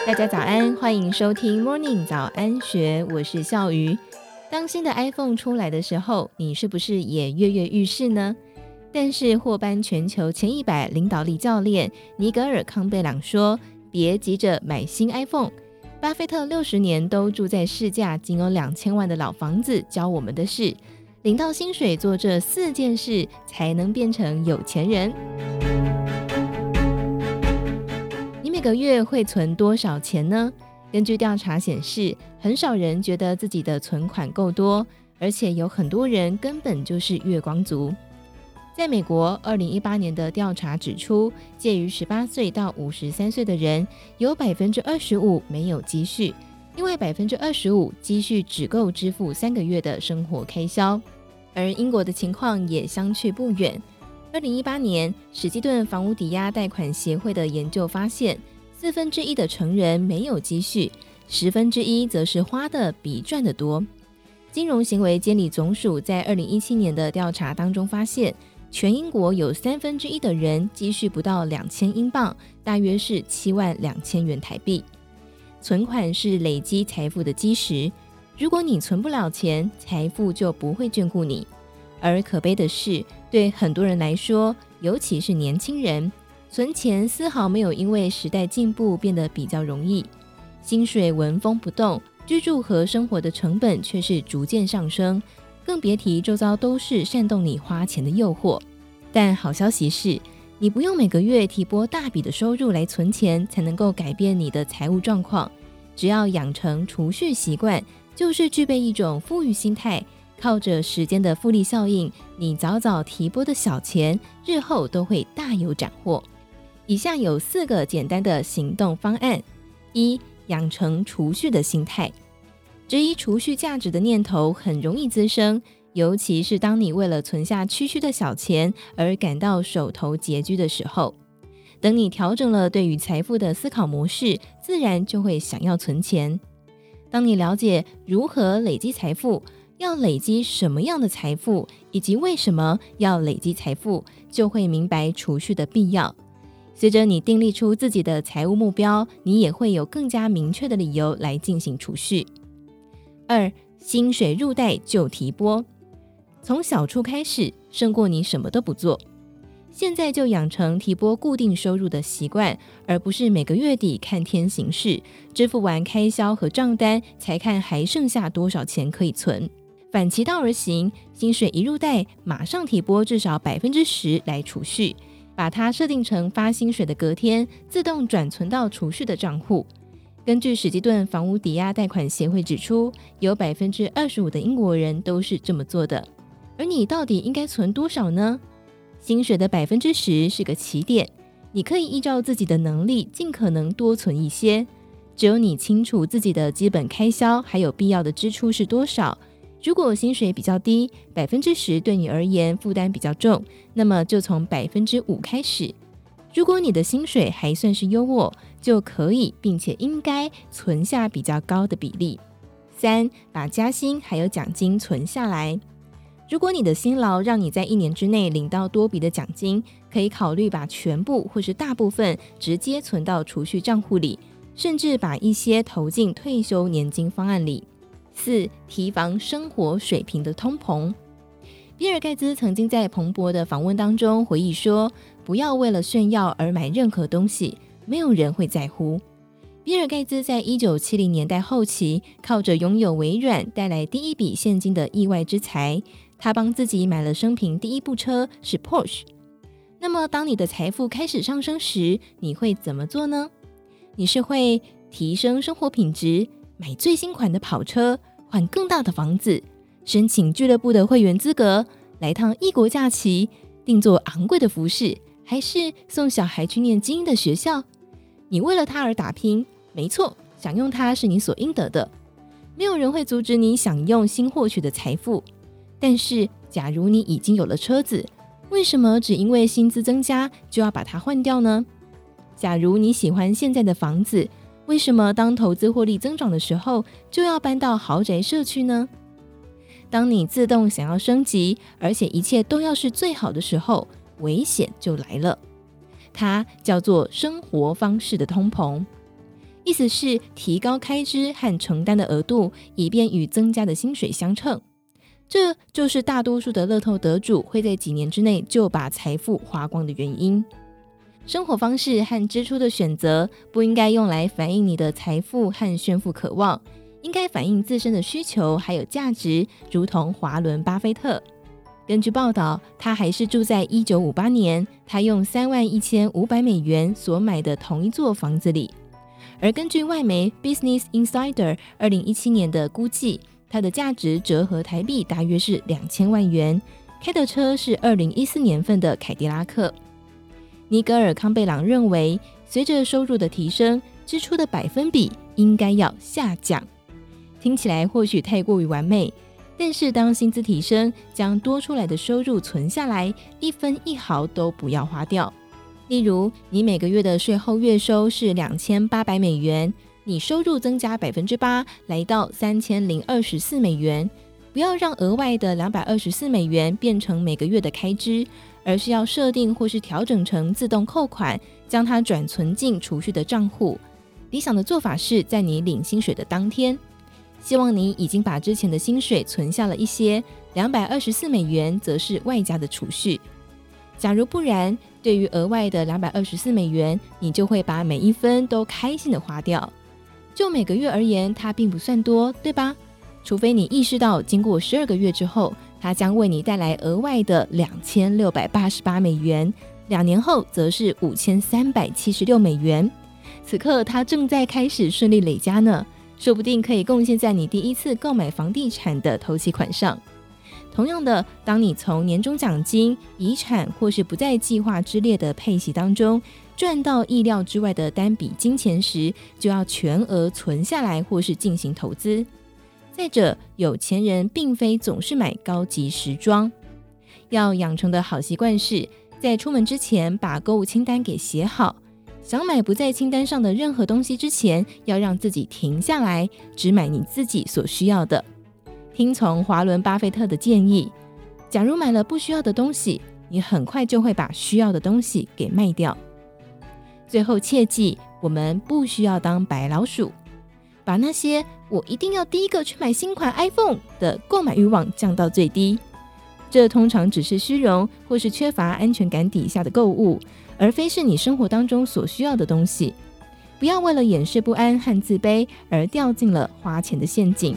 大家早安，欢迎收听 Morning 早安学，我是笑瑜。当新的 iPhone 出来的时候，你是不是也跃跃欲试呢？但是获颁全球前100领导力教练尼格尔·康贝朗说，别急着买新 iPhone。巴菲特60年都住在市价仅有2000万的老房子，教我们的是领到薪水做这4件事，才能变成有钱人。你每个月会存多少钱呢？根据调查显示，很少人觉得自己的存款够多，而且有很多人根本就是月光族。在美国2018年的调查指出，介于18岁到53岁的人有 25% 没有积蓄，另外 25% 积蓄只够支付3个月的生活开销。而英国的情况也相去不远。2018年史基顿房屋抵押贷款协会的研究发现，1/4的成人没有积蓄，1/10则是花的比赚的多。金融行为监理总署在2017年的调查当中发现，全英国有1/3的人积蓄不到2000英镑，大约是72000元台币。存款是累积财富的基石，如果你存不了钱，财富就不会眷顾你。而可悲的是，对很多人来说，尤其是年轻人，存钱丝毫没有因为时代进步变得比较容易。薪水纹风不动，居住和生活的成本却是逐渐上升，更别提周遭都是煽动你花钱的诱惑。但好消息是，你不用每个月提拨大笔的收入来存钱，才能够改变你的财务状况。只要养成储蓄习惯，就是具备一种富裕心态，靠着时间的复利效应，你早早提拨的小钱，日后都会大有斩获。以下有4个简单的行动方案。1. 养成储蓄的心态。质疑储蓄价值的念头很容易滋生，尤其是当你为了存下区区的小钱而感到手头拮据的时候。等你调整了对于财富的思考模式，自然就会想要存钱。当你了解如何累积财富，要累积什么样的财富，以及为什么要累积财富，就会明白储蓄的必要。随着你订立出自己的财务目标，你也会有更加明确的理由来进行储蓄。2. 薪水入袋就提拨。从小处开始，胜过你什么都不做。现在就养成提拨固定收入的习惯，而不是每个月底看天行事，支付完开销和账单才看还剩下多少钱可以存。反其道而行，薪水一入袋，马上提拨至少 10% 来储蓄，把它设定成发薪水的隔天自动转存到储蓄的账户。根据史基顿房屋抵押贷款协会指出，有 25% 的英国人都是这么做的。而你到底应该存多少呢？薪水的 10% 是个起点，你可以依照自己的能力尽可能多存一些。只有你清楚自己的基本开销还有必要的支出是多少。如果薪水比较低， 10% 对你而言负担比较重，那么就从 5% 开始。如果你的薪水还算是优渥，就可以并且应该存下比较高的比例。3. 把加薪还有奖金存下来。如果你的辛劳让你在1年之内领到多笔的奖金，可以考虑把全部或是大部分直接存到储蓄账户里，甚至把一些投进退休年金方案里。4. 提防生活水平的通膨。比尔盖茨曾经在彭博的访问当中回忆说，不要为了炫耀而买任何东西，没有人会在乎。比尔盖茨在1970年代后期，靠着拥有微软带来第一笔现金的意外之财，他帮自己买了生平第一部车，是 Porsche。 那么当你的财富开始上升时，你会怎么做呢？你是会提升生活品质，买最新款的跑车，换更大的房子，申请俱乐部的会员资格，来趟异国假期，订做昂贵的服饰，还是送小孩去念精英的学校？你为了他而打拼，没错，享用它是你所应得的。没有人会阻止你享用新获取的财富。但是假如你已经有了车子，为什么只因为薪资增加就要把它换掉呢？假如你喜欢现在的房子，为什么当投资获利增长的时候就要搬到豪宅社区呢？当你自动想要升级，而且一切都要是最好的时候，危险就来了。它叫做生活方式的通膨。 意思是提高开支和承担的额度，以便与增加的薪水相称。这就是大多数的乐透得主会在几年之内就把财富花光的原因。生活方式和支出的选择不应该用来反映你的财富和炫富渴望，应该反映自身的需求还有价值，如同华伦巴菲特。根据报道，他还是住在1958年他用31500美元所买的同一座房子里。而根据外媒 Business Insider 2017年的估计，它的价值折合台币大约是2000万元，开的车是2014年份的凯迪拉克。尼格尔·康贝朗认为，随着收入的提升，支出的百分比应该要下降。听起来或许太过于完美，但是当薪资提升，将多出来的收入存下来，一分一毫都不要花掉。例如，你每个月的税后月收是2800美元，你收入增加 8%， 来到3024美元。不要让额外的224美元变成每个月的开支，而是要设定或是调整成自动扣款，将它转存进储蓄的账户。理想的做法是在你领薪水的当天，希望你已经把之前的薪水存下了一些，224美元则是外加的储蓄。假如不然，对于额外的224美元，你就会把每一分都开心的花掉。就每个月而言，它并不算多，对吧？除非你意识到经过12个月之后，它将为你带来额外的2688美元，2年后则是5376美元。此刻它正在开始顺利累加呢，说不定可以贡献在你第一次购买房地产的头期款上。同样的，当你从年终奖金、遗产或是不在计划之列的配息当中赚到意料之外的单笔金钱时，就要全额存下来或是进行投资。再者，有钱人并非总是买高级时装。要养成的好习惯是，在出门之前把购物清单给写好，想买不在清单上的任何东西之前，要让自己停下来，只买你自己所需要的。听从华伦巴菲特的建议，假如买了不需要的东西，你很快就会把需要的东西给卖掉。最后切记，我们不需要当白老鼠，把那些我一定要第一个去买新款 iPhone 的购买欲望降到最低。这通常只是虚荣或是缺乏安全感底下的购物，而非是你生活当中所需要的东西。不要为了掩饰不安和自卑而掉进了花钱的陷阱。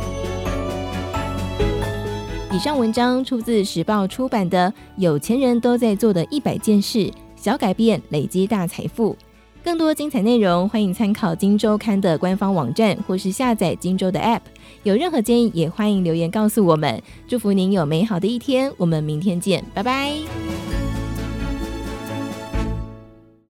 以上文章出自时报出版的《有钱人都在做的100件事，小改变累积大财富》。更多精彩内容，欢迎参考今周刊的官方网站，或是下载今周的 App。有任何建议，也欢迎留言告诉我们。祝福您有美好的一天，我们明天见，拜拜。